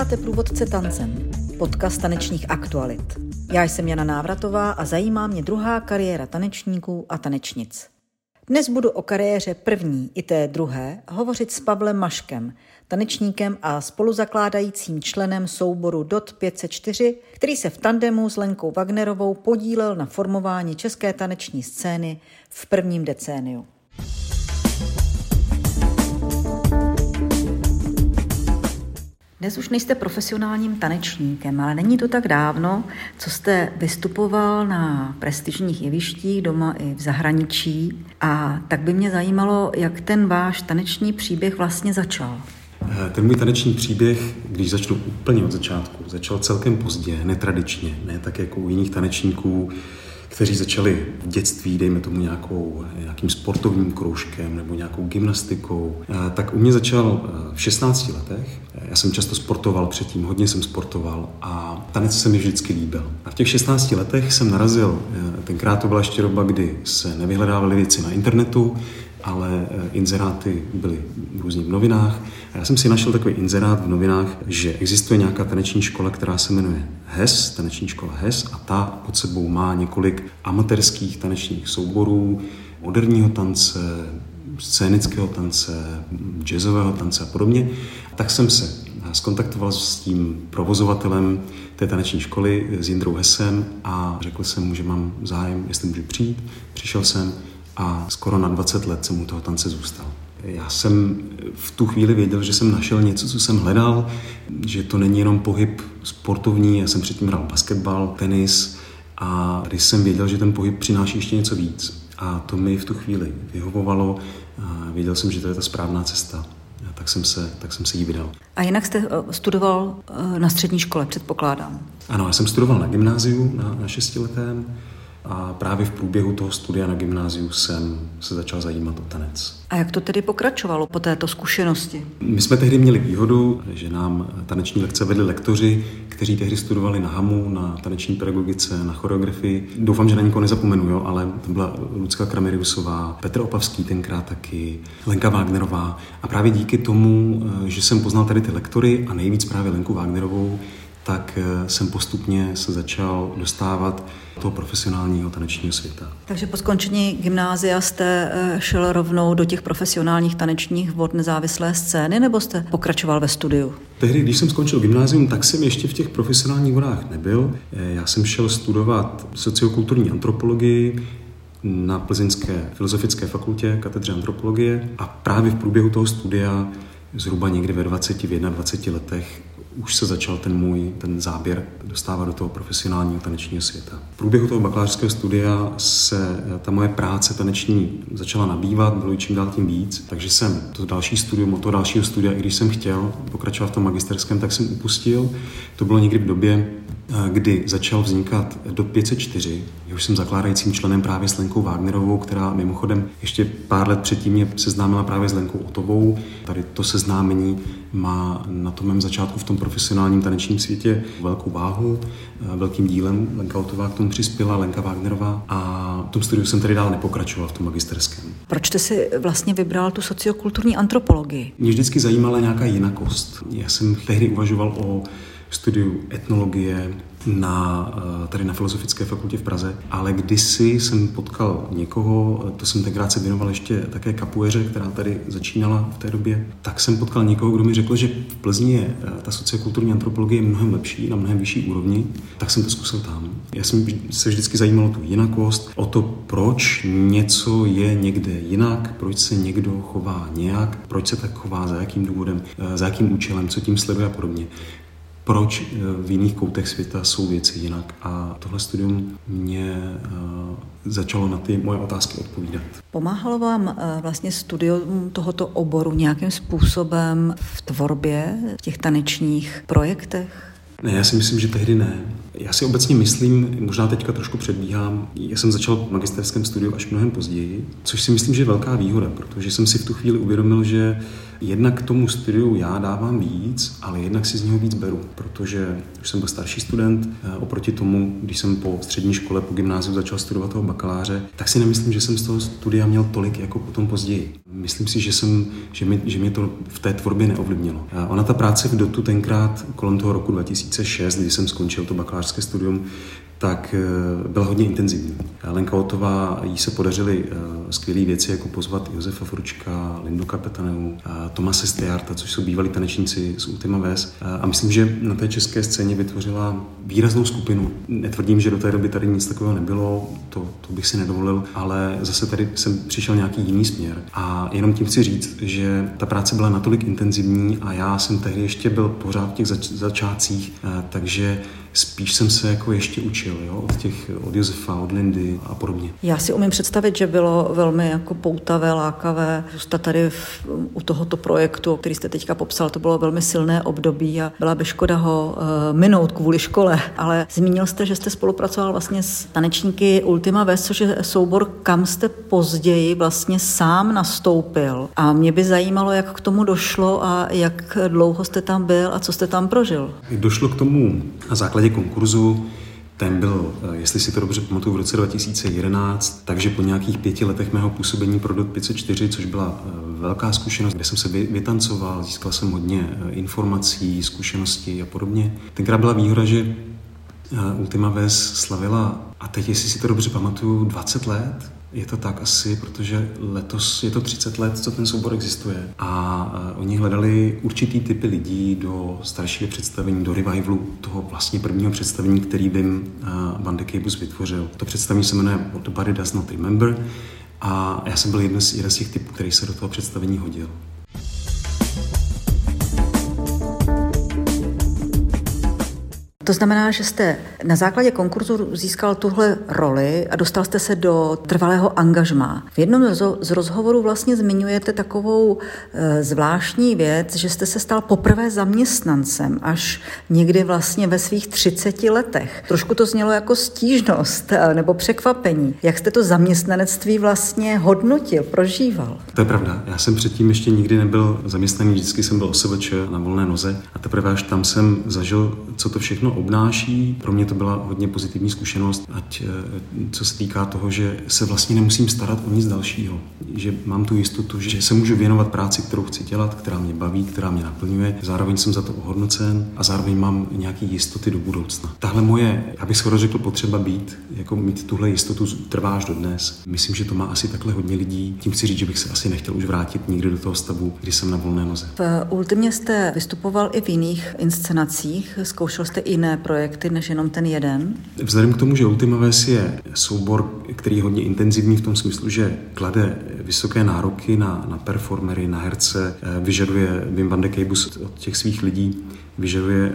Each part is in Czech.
Posloucháte Průvodce tancem, podcast tanečních aktualit. Já jsem Jana Návratová a zajímá mě druhá kariéra tanečníků a tanečnic. Dnes budu o kariéře první i té druhé hovořit s Pavlem Maškem, tanečníkem a spoluzakládajícím členem souboru DOT 504, který se v tandemu s Lenkou Wagnerovou podílel na formování české taneční scény v prvním decéniu. Dnes už nejste profesionálním tanečníkem, ale není to tak dávno, co jste vystupoval na prestižních jevištích doma i v zahraničí. A tak by mě zajímalo, jak ten váš taneční příběh vlastně začal. Ten můj taneční příběh, když začnu úplně od začátku, začal celkem pozdě, netradičně, ne tak jako u jiných tanečníků, kteří začali v dětství, dejme tomu nějakým sportovním kroužkem nebo nějakou gymnastikou, tak u mě začal v 16 letech. Já jsem často sportoval předtím, hodně jsem sportoval a tanec se mi vždycky líbil. A v těch 16 letech jsem narazil, tenkrát to byla ještě doba, kdy se nevyhledávaly věci na internetu, ale inzeráty byly různě v novinách. A já jsem si našel takový inzerát v novinách, že existuje nějaká taneční škola, která se jmenuje HES, taneční škola HES, a ta pod sebou má několik amatérských tanečních souborů, moderního tance, scénického tance, jazzového tance a podobně. Tak jsem se zkontaktoval s tím provozovatelem té taneční školy, s Jindrou Hesem, a řekl jsem mu, že mám zájem, jestli můžu přijít. Přišel jsem a skoro na 20 let jsem u toho tance zůstal. Já jsem v tu chvíli věděl, že jsem našel něco, co jsem hledal, že to není jenom pohyb sportovní, já jsem předtím hrál basketbal, tenis, a když jsem věděl, že ten pohyb přináší ještě něco víc. A to mi v tu chvíli vyhovovalo, a věděl jsem, že to je ta správná cesta. A tak jsem se jí vydal. A jinak jste studoval na střední škole, předpokládám. Ano, já jsem studoval na gymnáziu, na 6letém. A právě v průběhu toho studia na gymnáziu jsem se začal zajímat o tanec. A jak to tedy pokračovalo po této zkušenosti? My jsme tehdy měli výhodu, že nám taneční lekce vedli lektoři, kteří tehdy studovali na HAMu, na taneční pedagogice, na choreografii. Doufám, že na nikoho nezapomenu, jo, ale to byla Lucka Krameriusová, Petr Opavský tenkrát taky, Lenka Wagnerová. A právě díky tomu, že jsem poznal tady ty lektory a nejvíc právě Lenku Wagnerovou, tak jsem postupně se začal dostávat do toho profesionálního tanečního světa. Takže po skončení gymnázia jste šel rovnou do těch profesionálních tanečních vod nezávislé scény, nebo jste pokračoval ve studiu? Tehdy, když jsem skončil gymnázium, tak jsem ještě v těch profesionálních vodách nebyl. Já jsem šel studovat sociokulturní antropologii na Plzeňské filozofické fakultě, katedře antropologie, a právě v průběhu toho studia zhruba někdy ve 21 letech už se začal ten záběr dostávat do toho profesionálního tanečního světa. V průběhu toho bakalářského studia se ta moje práce taneční začala nabývat, bylo jí čím dál tím víc, takže jsem to další studium, od toho dalšího studia, i když jsem chtěl pokračovat v tom magisterském, tak jsem upustil. To bylo někdy v době, kdy začal vznikat DOT 504. Já už jsem zakládajícím členem právě s Lenkou Wagnerovou, která mimochodem ještě pár let předtím mě seznámila právě s Lenkou Otovou. Tady to seznámení má na tom mém začátku v tom profesionálním tanečním světě velkou váhu, velkým dílem. Lenka Otová k tomu přispěla, Lenka Wagnerová, a v tom studiu jsem tady dál nepokračoval v tom magisterském. Proč jste si vlastně vybral tu sociokulturní antropologii? Mě vždycky zajímala nějaká jinakost. Já jsem tehdy uvažoval o studiu etnologie tady na Filozofické fakultě v Praze, ale kdysi jsem potkal někoho, to jsem tenkrát se věnoval ještě také kapuéře, která tady začínala v té době, tak jsem potkal někoho, kdo mi řekl, že v Plzni je ta sociokulturní antropologie mnohem lepší, na mnohem vyšší úrovni, tak jsem to zkusil tam. Já jsem se vždycky zajímal o tu jinakost, o to, proč něco je někde jinak, proč se někdo chová nějak, proč se tak chová, za jakým důvodem, za jakým účelem, co tím sleduje a podobně. Proč v jiných koutech světa jsou věci jinak. A tohle studium mě začalo na ty moje otázky odpovídat. Pomáhalo vám vlastně studium tohoto oboru nějakým způsobem v tvorbě, v těch tanečních projektech? Ne, já si myslím, že tehdy ne. Já si obecně myslím, možná teďka trošku předbíhám, já jsem začal v magisterském studiu až mnohem později, což si myslím, že je velká výhoda, protože jsem si v tu chvíli uvědomil, že jednak k tomu studiu já dávám víc, ale jednak si z něho víc beru, protože už jsem byl starší student, oproti tomu, když jsem po střední škole, po gymnáziu začal studovat toho bakaláře, tak si nemyslím, že jsem z toho studia měl tolik jako potom později. Myslím si, že mě to v té tvorbě neovlivnilo. Ona ta práce v DOTu tenkrát kolem toho roku 2006, kdy jsem skončil to bakalářské studium, tak byla hodně intenzivní. Lenka Otová, jí se podařily skvělé věci, jako pozvat Josefa Fručka, Lindu Kapetaneu, Tomase Stejarta, což jsou bývalí tanečníci z Ultima Ves. A myslím, že na té české scéně vytvořila výraznou skupinu. Netvrdím, že do té doby tady nic takového nebylo, to bych si nedovolil, ale zase tady jsem přišel nějaký jiný směr. A jenom tím chci říct, že ta práce byla natolik intenzivní a já jsem tehdy ještě byl pořád v těch začátcích, takže spíš jsem se jako ještě učil, jo? Od Josefa, od Lindy a podobně. Já si umím představit, že bylo velmi jako poutavé, lákavé zůstat tady u tohoto projektu, který jste teďka popsal. To bylo velmi silné období a byla by škoda ho minout kvůli škole. Ale zmínil jste, že jste spolupracoval vlastně s tanečníky Ultima Ves, což je soubor, kam jste později vlastně sám nastoupil. A mě by zajímalo, jak k tomu došlo a jak dlouho jste tam byl a co jste tam prožil. Došlo k tomu na základě konkurzu. Ten byl, jestli si to dobře pamatuju, v roce 2011, takže po nějakých 5 letech mého působení pro DOT 504, což byla velká zkušenost, kde jsem se vytancoval, získal jsem hodně informací, zkušeností a podobně. Tenkrát byla výhoda, že Ultima Ves slavila, a teď, jestli si to dobře pamatuju, 20 let. Je to tak asi, protože letos je to 30 let, co ten soubor existuje. A oni hledali určitý typy lidí do staršího představení, do revivalu toho vlastně prvního představení, který Wim van de Kebus vytvořil. To představení se jmenuje What the Body Does Not Remember a já jsem byl jeden z těch typů, který se do toho představení hodil. To znamená, že jste na základě konkurzu získal tuhle roli a dostal jste se do trvalého angažmá. V jednom z rozhovorů vlastně zmiňujete takovou zvláštní věc, že jste se stal poprvé zaměstnancem až někdy vlastně ve svých 30 letech. Trošku to znělo jako stížnost nebo překvapení. Jak jste to zaměstnanectví vlastně hodnotil, prožíval? To je pravda. Já jsem předtím ještě nikdy nebyl zaměstnaný, vždycky jsem byl OSVČ na volné noze a teprve až tam jsem zažil, co to všechno obnáší. Pro mě to byla hodně pozitivní zkušenost, ať co se týká toho, že se vlastně nemusím starat o nic dalšího. Že mám tu jistotu, že se můžu věnovat práci, kterou chci dělat, která mě baví, která mě naplňuje. Zároveň jsem za to ohodnocen a zároveň mám nějaké jistoty do budoucna. Tahle moje, abych skoro řekl, potřeba být, jako mít tuhle jistotu trvá až dodnes. Myslím, že to má asi takhle hodně lidí. Tím chci říct, že bych se asi nechtěl už vrátit nikdy do toho stavu, kdy jsem na volné noze. V Ultimě jste vystupoval i v jiných inscenacích, zkoušel jste i jiné projekty než jenom ten jeden? Vzhledem k tomu, že Ultima Ves je soubor, který je hodně intenzivní v tom smyslu, že klade vysoké nároky na performery, na herce, Wim van de Kebus od těch svých lidí vyžaduje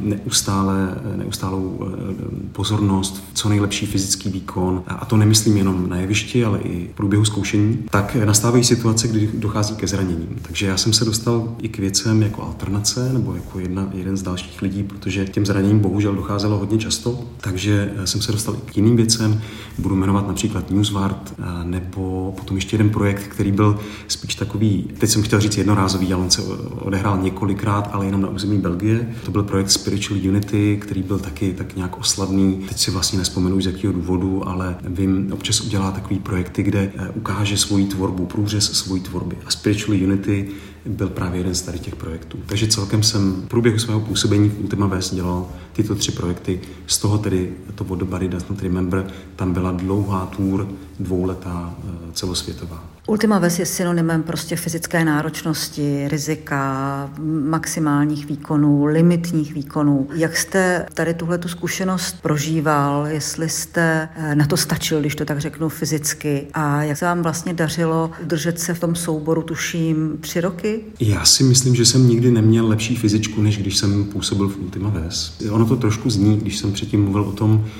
neustálou pozornost, co nejlepší fyzický výkon. A to nemyslím jenom na jevišti, ale i v průběhu zkoušení. Tak nastávají situace, kdy dochází ke zraněním. Takže já jsem se dostal i k věcem jako alternace, nebo jako jeden z dalších lidí, protože těm zraněním bohužel docházelo hodně často. Takže jsem se dostal i k jiným věcem. Budu jmenovat například Newsward, nebo potom ještě jeden projekt, který byl spíš takový, teď jsem chtěl říct jednorázový, ale on se odehrál několikrát, ale jenom na území Belgie. To byl projekt Spiritual Unity, který byl taky tak nějak oslavný. Teď si vlastně nespomenu, z jakého důvodu, ale Wim občas udělá takový projekty, kde ukáže svoji tvorbu, průřez svojí tvorby. A Spiritual Unity byl právě jeden z tady těch projektů. Takže celkem jsem v průběhu svého působení v Ultima Ves dělal tyto 3 projekty. Z toho tedy to What the Body Does Not Remember, tam byla dlouhá tour, 2letá celosvětová. Ultima Ves je synonymem prostě fyzické náročnosti, rizika, maximálních výkonů, limitních výkonů. Jak jste tady tuhletu zkušenost prožíval, jestli jste na to stačil, když to tak řeknu fyzicky, a jak se vám vlastně dařilo udržet se v tom souboru, tuším, 3 roky? Já si myslím, že jsem nikdy neměl lepší fyzičku, než když jsem působil v Ultima Ves. Ono to trošku zní, když jsem předtím mluvil o tom,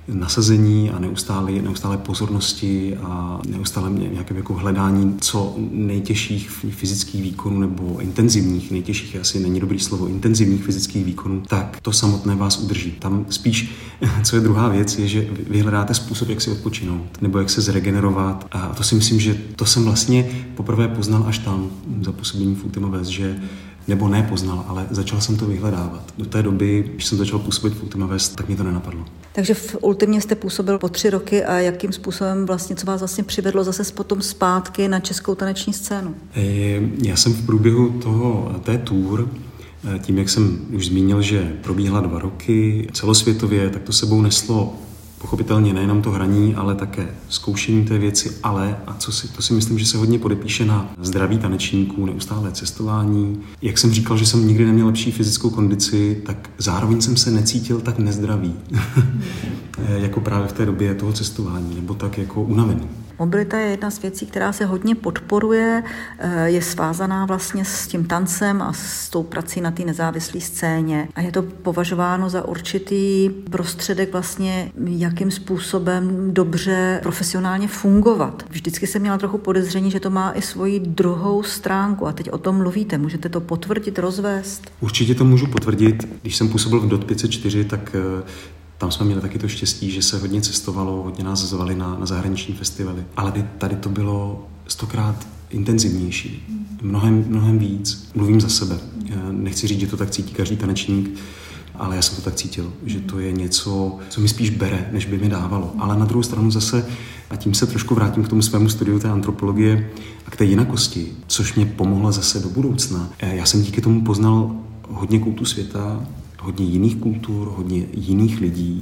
nasazení a neustále pozornosti a neustále nějaké jako hledání co nejtěžších fyzických výkonů nebo intenzivních, nejtěžších asi není dobrý slovo, intenzivních fyzických výkonů, tak to samotné vás udrží. Tam spíš, co je druhá věc, je, že vy hledáte způsob, jak si odpočinout nebo jak se zregenerovat. A to si myslím, že to jsem vlastně poprvé poznal až tam za působení v Ultima West, že nebo nepoznal, ale začal jsem to vyhledávat. Do té doby, když jsem začal působit v Ultima West, tak mě to nenapadlo. Takže v Ultimě jste působil po 3 roky a jakým způsobem vlastně, co vás vlastně přivedlo zase potom zpátky na českou taneční scénu? Já jsem v průběhu té tour, tím, jak jsem už zmínil, že probíhala 2 roky celosvětově, tak to sebou neslo pochopitelně nejenom to hraní, ale také zkoušení té věci, ale, a to si myslím, že se hodně podepíše na zdraví tanečníků, neustálé cestování. Jak jsem říkal, že jsem nikdy neměl lepší fyzickou kondici, tak zároveň jsem se necítil tak nezdravý, jako právě v té době toho cestování, nebo tak jako unavený. Mobilita je jedna z věcí, která se hodně podporuje, je svázaná vlastně s tím tancem a s tou prací na té nezávislé scéně. A je to považováno za určitý prostředek vlastně, jakým způsobem dobře profesionálně fungovat. Vždycky jsem měla trochu podezření, že to má i svoji druhou stránku a teď o tom mluvíte. Můžete to potvrdit, rozvést? Určitě to můžu potvrdit. Když jsem působil v DOT 504, tak tam jsme měli taky to štěstí, že se hodně cestovalo, hodně nás zvali na zahraniční festivaly. Ale tady to bylo 100krát intenzivnější, mnohem víc. Mluvím za sebe. Nechci říct, že to tak cítí každý tanečník, ale já jsem to tak cítil, že to je něco, co mi spíš bere, než by mi dávalo. Ale na druhou stranu zase, a tím se trošku vrátím k tomu svému studiu té antropologie a k té jinakosti, což mě pomohlo zase do budoucna. Já jsem díky tomu poznal hodně koutů světa, hodně jiných kultur, hodně jiných lidí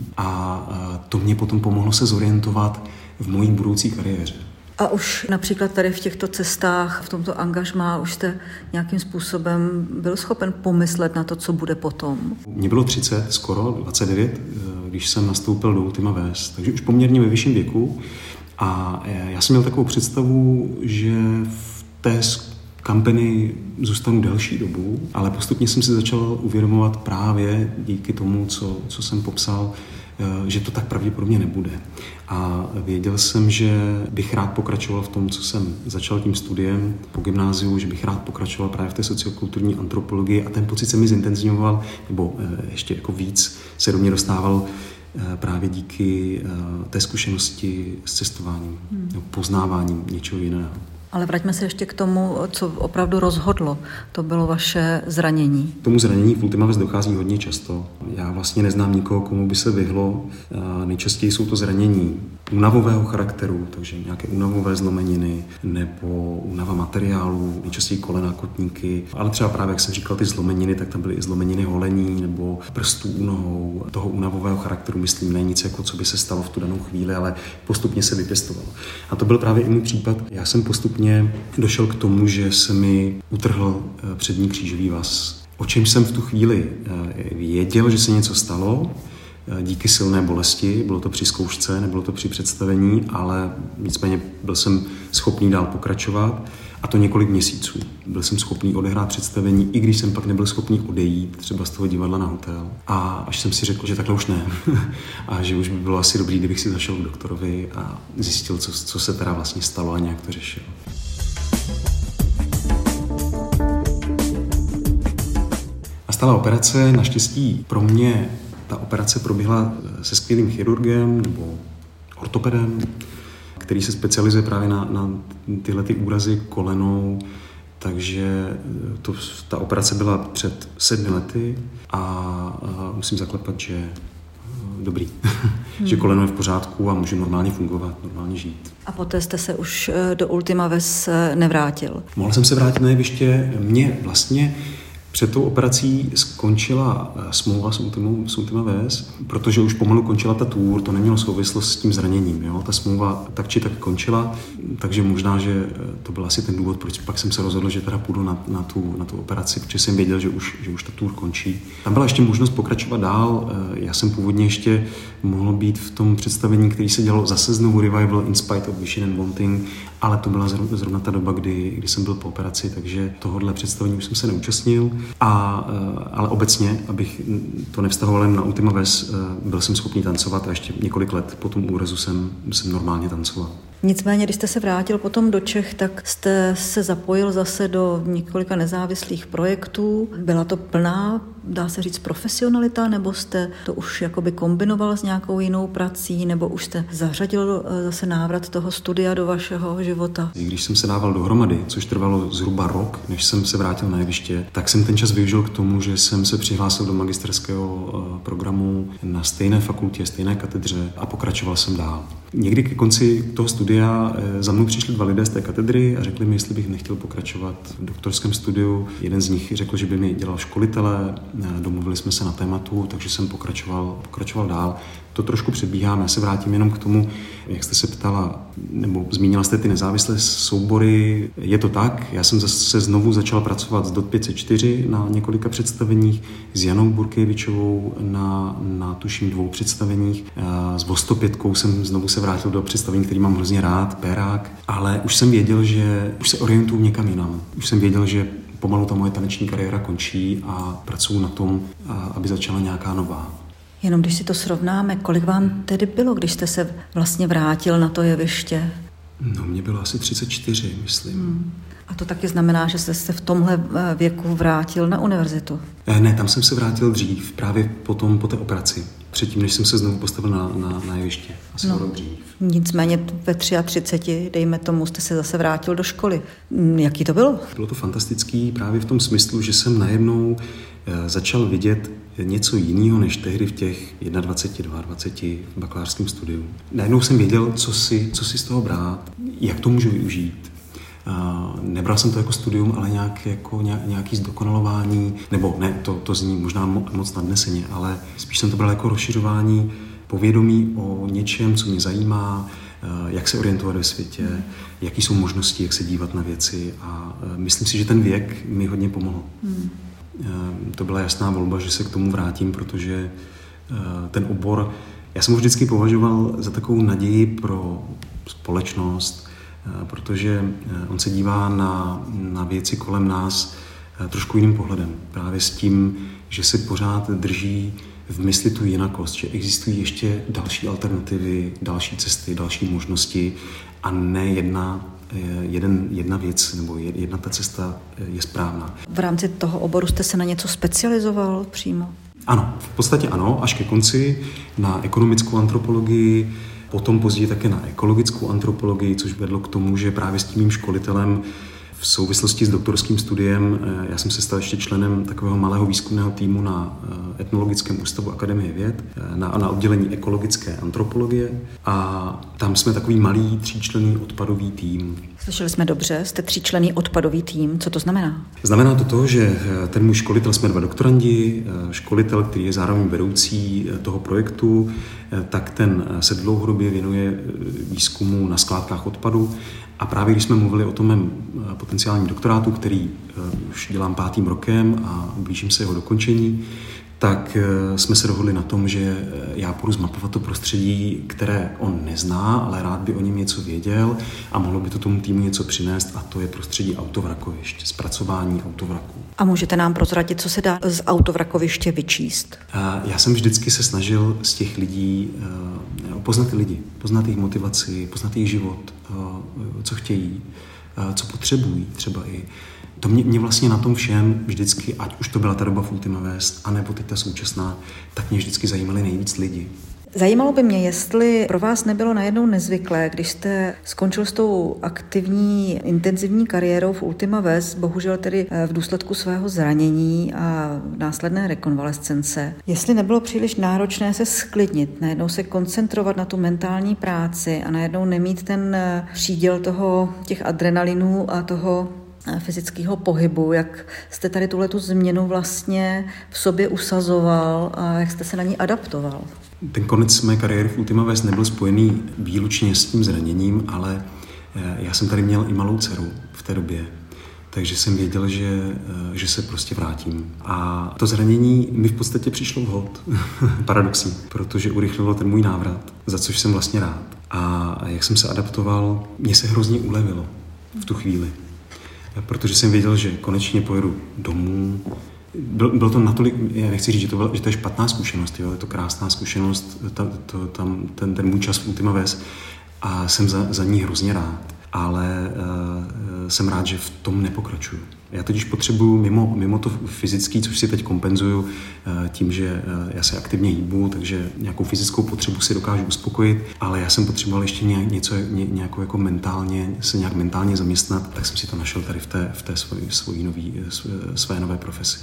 a to mě potom pomohlo se zorientovat v mojí budoucí kariéře. A už například tady v těchto cestách, v tomto angažmá, už jste nějakým způsobem byl schopen pomyslet na to, co bude potom? Mně bylo 30, skoro 29, když jsem nastoupil do Ultima West, takže už poměrně ve vyšším věku a já jsem měl takovou představu, že v té kampany zůstanu delší dobu, ale postupně jsem si začal uvědomovat právě díky tomu, co jsem popsal, že to tak pravděpodobně nebude. A věděl jsem, že bych rád pokračoval v tom, co jsem začal tím studiem po gymnáziu, že bych rád pokračoval právě v té sociokulturní antropologii a ten pocit se mi zintenzivňoval, nebo ještě jako víc se do mě dostával právě díky té zkušenosti s cestováním, poznáváním něčeho jiného. Ale vraťme se ještě k tomu, co opravdu rozhodlo. To bylo vaše zranění. K tomu zranění v Ultima West dochází hodně často. Já vlastně neznám nikoho, komu by se vyhlo. Nejčastěji jsou to zranění únavového charakteru, takže nějaké únavové zlomeniny nebo únava materiálů, nejčastěji kolena, kotníky. Ale třeba právě, jak jsem říkal, ty zlomeniny, tak tam byly i zlomeniny holení nebo prstů u nohou. Toho únavového charakteru, myslím, není nic, jako co by se stalo v tu danou chvíli, ale postupně se vypěstovalo. A to byl právě i můj případ. Já jsem postupně došel k tomu, že se mi utrhl přední křížový vaz. O čem jsem v tu chvíli věděl, že se něco stalo, díky silné bolesti, bylo to při zkoušce, nebylo to při představení, ale nicméně byl jsem schopný dál pokračovat a to několik měsíců. Byl jsem schopný odehrát představení, i když jsem pak nebyl schopný odejít třeba z toho divadla na hotel. A až jsem si řekl, že takhle už ne. A že už by bylo asi dobrý, kdybych si zašel k doktorovi a zjistil, co se teda vlastně stalo a nějak to řešil. Nastala operace, naštěstí pro mě ta operace proběhla se skvělým chirurgem nebo ortopedem, který se specializuje právě na tyhle ty úrazy kolenou, takže ta operace byla před 7 lety a musím zaklepat, že dobrý, že koleno je v pořádku a můžu normálně fungovat, normálně žít. A poté jste se už do Ultima West nevrátil? Mohl jsem se vrátit na jeviště. Mě vlastně před tou operací skončila smlouva s Ultima West, protože už pomalu končila ta tour, to nemělo souvislost s tím zraněním. Jo? Ta smlouva tak či tak končila, takže možná, že to byl asi ten důvod, proč pak jsem se rozhodl, že teda půjdu na tu operaci, protože jsem věděl, že už ta tour končí. Tam byla ještě možnost pokračovat dál. Já jsem původně ještě mohl být v tom představení, který se dělalo zase znovu Revival in Spite of Wishing and Wanting, ale to byla zrovna ta doba, kdy jsem byl po operaci, takže tohohle představení už jsem se neúčastnil. Ale obecně, abych to nevztahoval jen na Ultima Ves, byl jsem schopný tancovat a ještě několik let po tom úrazu jsem normálně tancoval. Nicméně, když jste se vrátil potom do Čech, tak jste se zapojil zase do několika nezávislých projektů. Byla to plná, dá se říct, profesionalita, nebo jste to už jakoby kombinoval s nějakou jinou prací, nebo už jste zařadil zase návrat toho studia do vašeho života? Když jsem se dával dohromady, což trvalo zhruba rok, než jsem se vrátil na jeviště, tak jsem ten čas využil k tomu, že jsem se přihlásil do magisterského programu na stejné fakultě, stejné katedře a pokračoval jsem dál. Někdy ke konci toho studia za mnou přišli 2 lidé z té katedry a řekli mi, jestli bych nechtěl pokračovat v doktorském studiu. Jeden z nich řekl, že by mi dělal školitele, domluvili jsme se na tématu, takže jsem pokračoval dál. To trošku předbíhám, já se vrátím jenom k tomu, jak jste se ptala, nebo zmínila jste ty nezávislé soubory. Je to tak, já jsem se znovu začal pracovat s DOT 504 na několika představeních, s Janou Burkejevičovou na tuším 2 představeních. S Vostopětkou jsem znovu se vrátil do představení, který mám hrozně rád, Pérák, ale už jsem věděl, že už se orientuju někam jinam. Už jsem věděl, že pomalu ta moje taneční kariéra končí a pracuji na tom, aby začala nějaká nová. Jenom když si to srovnáme, kolik vám tedy bylo, když jste se vlastně vrátil na to jeviště? No, mě bylo asi 34, myslím. A to taky znamená, že jste se v tomhle věku vrátil na univerzitu? Ne, tam jsem se vrátil dřív, právě po té operaci. Předtím, než jsem se znovu postavil na jeviště. Asi rok dřív. Nicméně ve 33, dejme tomu, jste se zase vrátil do školy. Jaký to bylo? Bylo to fantastický právě v tom smyslu, že jsem najednou začal vidět něco jiného než tehdy v těch 21, 22 v bakalářském studiu. Najednou jsem věděl, co si z toho brát, jak to můžu využít. Nebral jsem to jako studium, ale nějaký zdokonalování, nebo ne, to zní možná moc nadneseně, ale spíš jsem to bral jako rozšiřování povědomí o něčem, co mě zajímá, jak se orientovat ve světě, jaký jsou možnosti, jak se dívat na věci a myslím si, že ten věk mi hodně pomohl. To byla jasná volba, že se k tomu vrátím, protože ten obor, já jsem ho vždycky považoval za takovou naději pro společnost, protože on se dívá na věci kolem nás trošku jiným pohledem. Právě s tím, že se pořád drží v mysli tu jinakost, že existují ještě další alternativy, další cesty, další možnosti a ne jedna věc nebo jedna ta cesta je správná. V rámci toho oboru jste se na něco specializoval přímo? Ano, v podstatě ano, až ke konci na ekonomickou antropologii, potom později také na ekologickou antropologii, což vedlo k tomu, že právě s tím mým školitelem v souvislosti s doktorským studiem já jsem se stal ještě členem takového malého výzkumného týmu na Etnologickém ústavu Akademie věd, na oddělení ekologické antropologie a tam jsme takový malý 3členný odpadový tým. Slyšeli jsme dobře, jste 3členný odpadový tým. Co to znamená? Znamená to, že ten můj školitel, jsme 2 doktorandi, školitel, který je zároveň vedoucí toho projektu, tak ten se dlouhodobě věnuje výzkumu na skládkách odpadu. A právě když jsme mluvili o tom mém potenciálním doktorátu, který už dělám 5. rokem a blížím se jeho dokončení, tak jsme se dohodli na tom, že já půjdu zmapovat to prostředí, které on nezná, ale rád by o něm něco věděl a mohlo by to tomu týmu něco přinést a to je prostředí autovrakovišť, zpracování autovraků. A můžete nám prozradit, co se dá z autovrakoviště vyčíst? Já jsem vždycky se snažil z těch lidí poznat ty lidi, poznat jejich motivaci, poznat jejich život, co chtějí, co potřebují třeba i. To mě vlastně na tom všem vždycky, ať už to byla ta doba v Ultima Ves, anebo teď ta současná, tak mě vždycky zajímali nejvíc lidi. Zajímalo by mě, jestli pro vás nebylo najednou nezvyklé, když jste skončil s tou aktivní, intenzivní kariérou v Ultima Ves, bohužel tedy v důsledku svého zranění a následné rekonvalescence, jestli nebylo příliš náročné se sklidnit, najednou se koncentrovat na tu mentální práci a najednou nemít ten příděl těch adrenalinů a toho fyzického pohybu, jak jste tady tuhletu změnu vlastně v sobě usazoval a jak jste se na ní adaptoval? Ten konec mé kariéry v Ultima Ves nebyl spojený výlučně s tím zraněním, ale já jsem tady měl i malou dceru v té době, takže jsem věděl, že se prostě vrátím. A to zranění mi v podstatě přišlo vhod, paradoxní, protože urychlilo ten můj návrat, za což jsem vlastně rád. A jak jsem se adaptoval, mně se hrozně ulevilo v tu chvíli. Protože jsem věděl, že konečně pojedu domů. Byl to natolik, já nechci říct, že to je špatná zkušenost, jo? Je to krásná zkušenost, ten můj čas v Ultima Ves a jsem za ní hrozně rád. Ale jsem rád, že v tom nepokračuju. Já totiž potřebuju mimo to fyzické, což si teď kompenzuju tím, že já se aktivně hýbu, takže nějakou fyzickou potřebu si dokážu uspokojit, ale já jsem potřeboval ještě nějakou jako se nějak mentálně zaměstnat, tak jsem si to našel tady v té své nové profesi.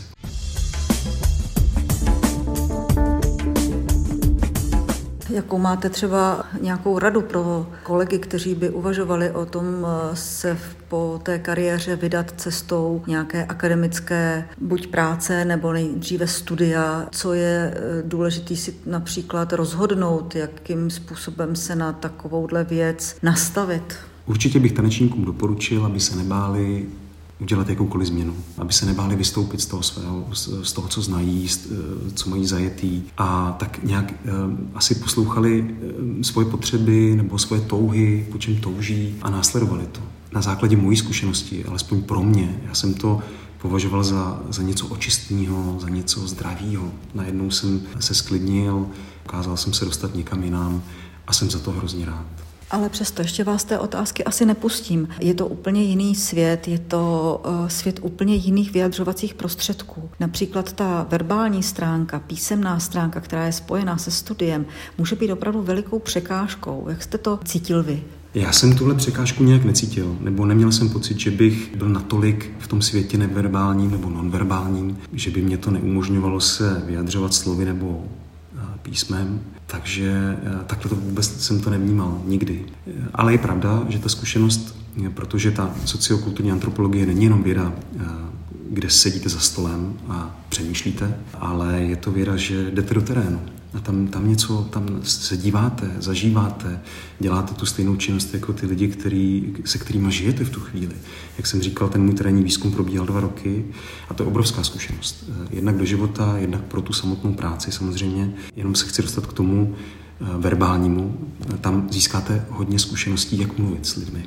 Jakou máte třeba nějakou radu pro kolegy, kteří by uvažovali o tom se po té kariéře vydat cestou nějaké akademické buď práce nebo nejdříve studia? Co je důležité si například rozhodnout, jakým způsobem se na takovouhle věc nastavit? Určitě bych tanečníkům doporučil, aby se nebáli udělat jakoukoliv změnu, aby se nebáli vystoupit z toho, co znají, co mají zajetý a tak nějak asi poslouchali svoje potřeby nebo svoje touhy, po čem touží a následovali to. Na základě mojí zkušenosti, alespoň pro mě, já jsem to považoval za něco očistného, za něco zdravého. Najednou jsem se sklidnil, dokázal jsem se dostat někam jinam a jsem za to hrozně rád. Ale přesto ještě vás té otázky asi nepustím. Je to úplně jiný svět, je to svět úplně jiných vyjadřovacích prostředků. Například ta verbální stránka, písemná stránka, která je spojená se studiem, může být opravdu velikou překážkou. Jak jste to cítil vy? Já jsem tuhle překážku nějak necítil, nebo neměl jsem pocit, že bych byl natolik v tom světě neverbálním nebo nonverbálním, že by mě to neumožňovalo se vyjadřovat slovy nebo písmem, takže takhle to vůbec jsem to nevnímal nikdy. Ale je pravda, že ta zkušenost, protože ta sociokulturní antropologie není jenom věda, kde sedíte za stolem a přemýšlíte, ale je to věda, že jdete do terénu. A tam se díváte, zažíváte, děláte tu stejnou činnost jako ty lidi, se kterými žijete v tu chvíli. Jak jsem říkal, ten můj terénní výzkum probíhal 2 roky a to je obrovská zkušenost. Jednak do života, jednak pro tu samotnou práci samozřejmě. Jenom se chci dostat k tomu verbálnímu. Tam získáte hodně zkušeností, jak mluvit s lidmi,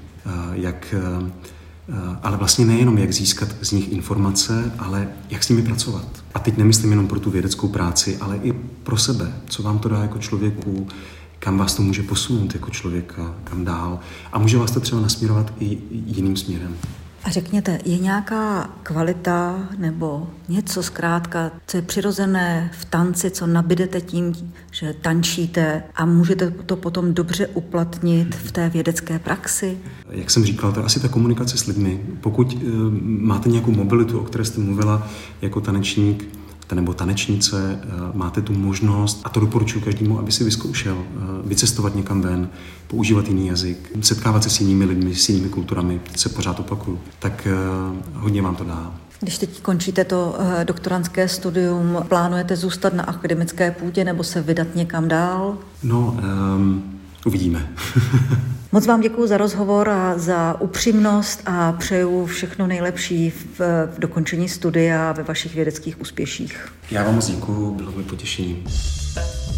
ale vlastně nejenom jak získat z nich informace, ale jak s nimi pracovat. A teď nemyslím jenom pro tu vědeckou práci, ale i pro sebe. Co vám to dá jako člověku, kam vás to může posunout jako člověka, kam dál. A může vás to třeba nasměrovat i jiným směrem. A řekněte, je nějaká kvalita nebo něco zkrátka, co je přirozené v tanci, co nabídete tím, že tančíte a můžete to potom dobře uplatnit v té vědecké praxi? Jak jsem říkal, to je asi ta komunikace s lidmi. Pokud máte nějakou mobilitu, o které jste mluvila jako tanečník, nebo tanečnice, máte tu možnost, a to doporučuji každému, aby si vyzkoušel, vycestovat někam ven, používat jiný jazyk, setkávat se s jinými lidmi, s jinými kulturami, se pořád opakuju, tak hodně vám to dá. Když teď končíte to doktorandské studium, plánujete zůstat na akademické půdě nebo se vydat někam dál? No, uvidíme. Moc vám děkuji za rozhovor a za upřímnost a přeju všechno nejlepší v dokončení studia a ve vašich vědeckých úspěších. Já vám moc děkuji, bylo mi potěšením.